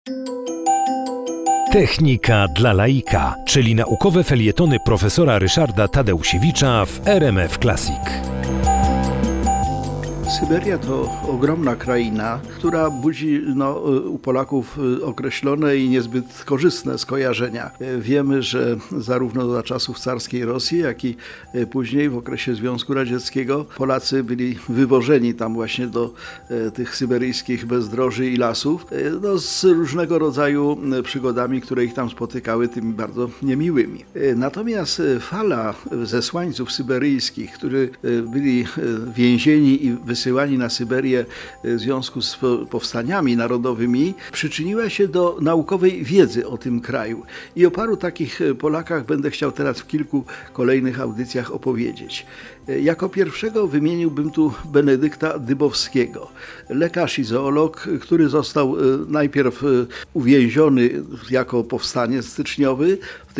Technika dla laika, czyli naukowe felietony profesora Ryszarda Tadeusiewicza w RMF Classic. Syberia to ogromna kraina, która budzi u Polaków określone i niezbyt korzystne skojarzenia. Wiemy, że zarówno za czasów carskiej Rosji, jak i później w okresie Związku Radzieckiego Polacy byli wywożeni tam właśnie do tych syberyjskich bezdroży i lasów z różnego rodzaju przygodami, które ich tam spotykały, tymi bardzo niemiłymi. Natomiast fala zesłańców syberyjskich, którzy byli więzieni i wysyłani na Syberię w związku z powstaniami narodowymi, przyczyniła się do naukowej wiedzy o tym kraju. I o paru takich Polakach będę chciał teraz w kilku kolejnych audycjach opowiedzieć. Jako pierwszego wymieniłbym tu Benedykta Dybowskiego, lekarz i zoolog, który został najpierw uwięziony jako powstaniec styczniowy w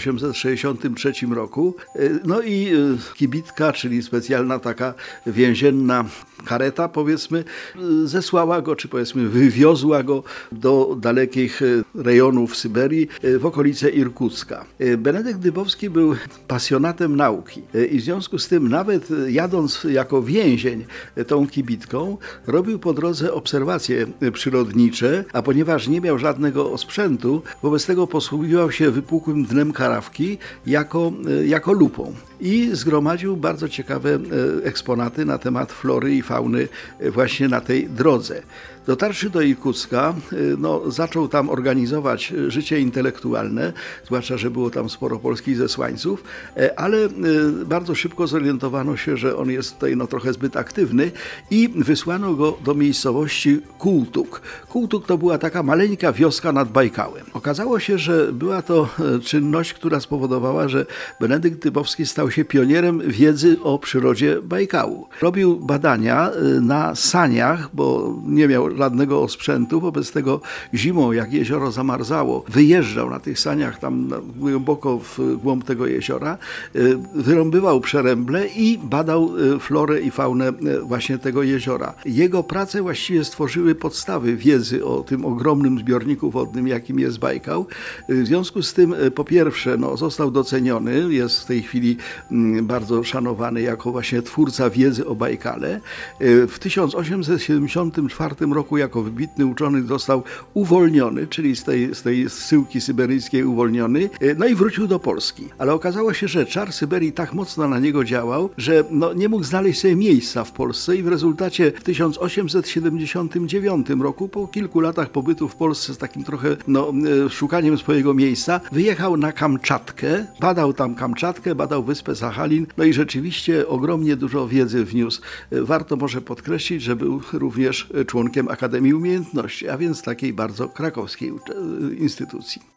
1863 roku. No i kibitka, czyli specjalna taka więzienna kareta, powiedzmy, zesłała go, czy powiedzmy wywiozła go do dalekich rejonów Syberii w okolice Irkucka. Benedykt Dybowski był pasjonatem nauki i w związku z tym nawet jadąc jako więzień tą kibitką, robił po drodze obserwacje przyrodnicze, a ponieważ nie miał żadnego osprzętu, wobec tego posługiwał się wypukłym dnem karawki jako lupą. I zgromadził bardzo ciekawe eksponaty na temat flory i fauny właśnie na tej drodze. Dotarszy do Irkucka, zaczął tam organizować życie intelektualne, zwłaszcza, że było tam sporo polskich zesłańców, ale bardzo szybko zorientowano się, że on jest tutaj trochę zbyt aktywny i wysłano go do miejscowości Kultuk. Kultuk to była taka maleńka wioska nad Bajkałem. Okazało się, że była to czynność, która spowodowała, że Benedykt Dybowski stał się pionierem wiedzy o przyrodzie Bajkału. Robił badania na saniach, bo nie miał żadnego osprzętu, wobec tego zimą, jak jezioro zamarzało, wyjeżdżał na tych saniach tam głęboko w głąb tego jeziora, wyrąbywał przeręble i badał florę i faunę właśnie tego jeziora. Jego prace właściwie stworzyły podstawy wiedzy o tym ogromnym zbiorniku wodnym, jakim jest Bajkał. W związku z tym, po pierwsze, został doceniony, jest w tej chwili bardzo szanowany jako właśnie twórca wiedzy o Bajkale. W 1874 roku jako wybitny uczony został uwolniony, czyli z tej zsyłki syberyjskiej uwolniony, i wrócił do Polski. Ale okazało się, że czar Syberii tak mocno na niego działał, że nie mógł znaleźć sobie miejsca w Polsce i w rezultacie w 1879 roku, po kilku latach pobytu w Polsce z takim trochę szukaniem swojego miejsca, wyjechał na Kamczatkę, badał tam Kamczatkę, badał wyspę Sachalin, i rzeczywiście ogromnie dużo wiedzy wniósł. Warto może podkreślić, że był również członkiem Akademii Umiejętności, a więc takiej bardzo krakowskiej instytucji.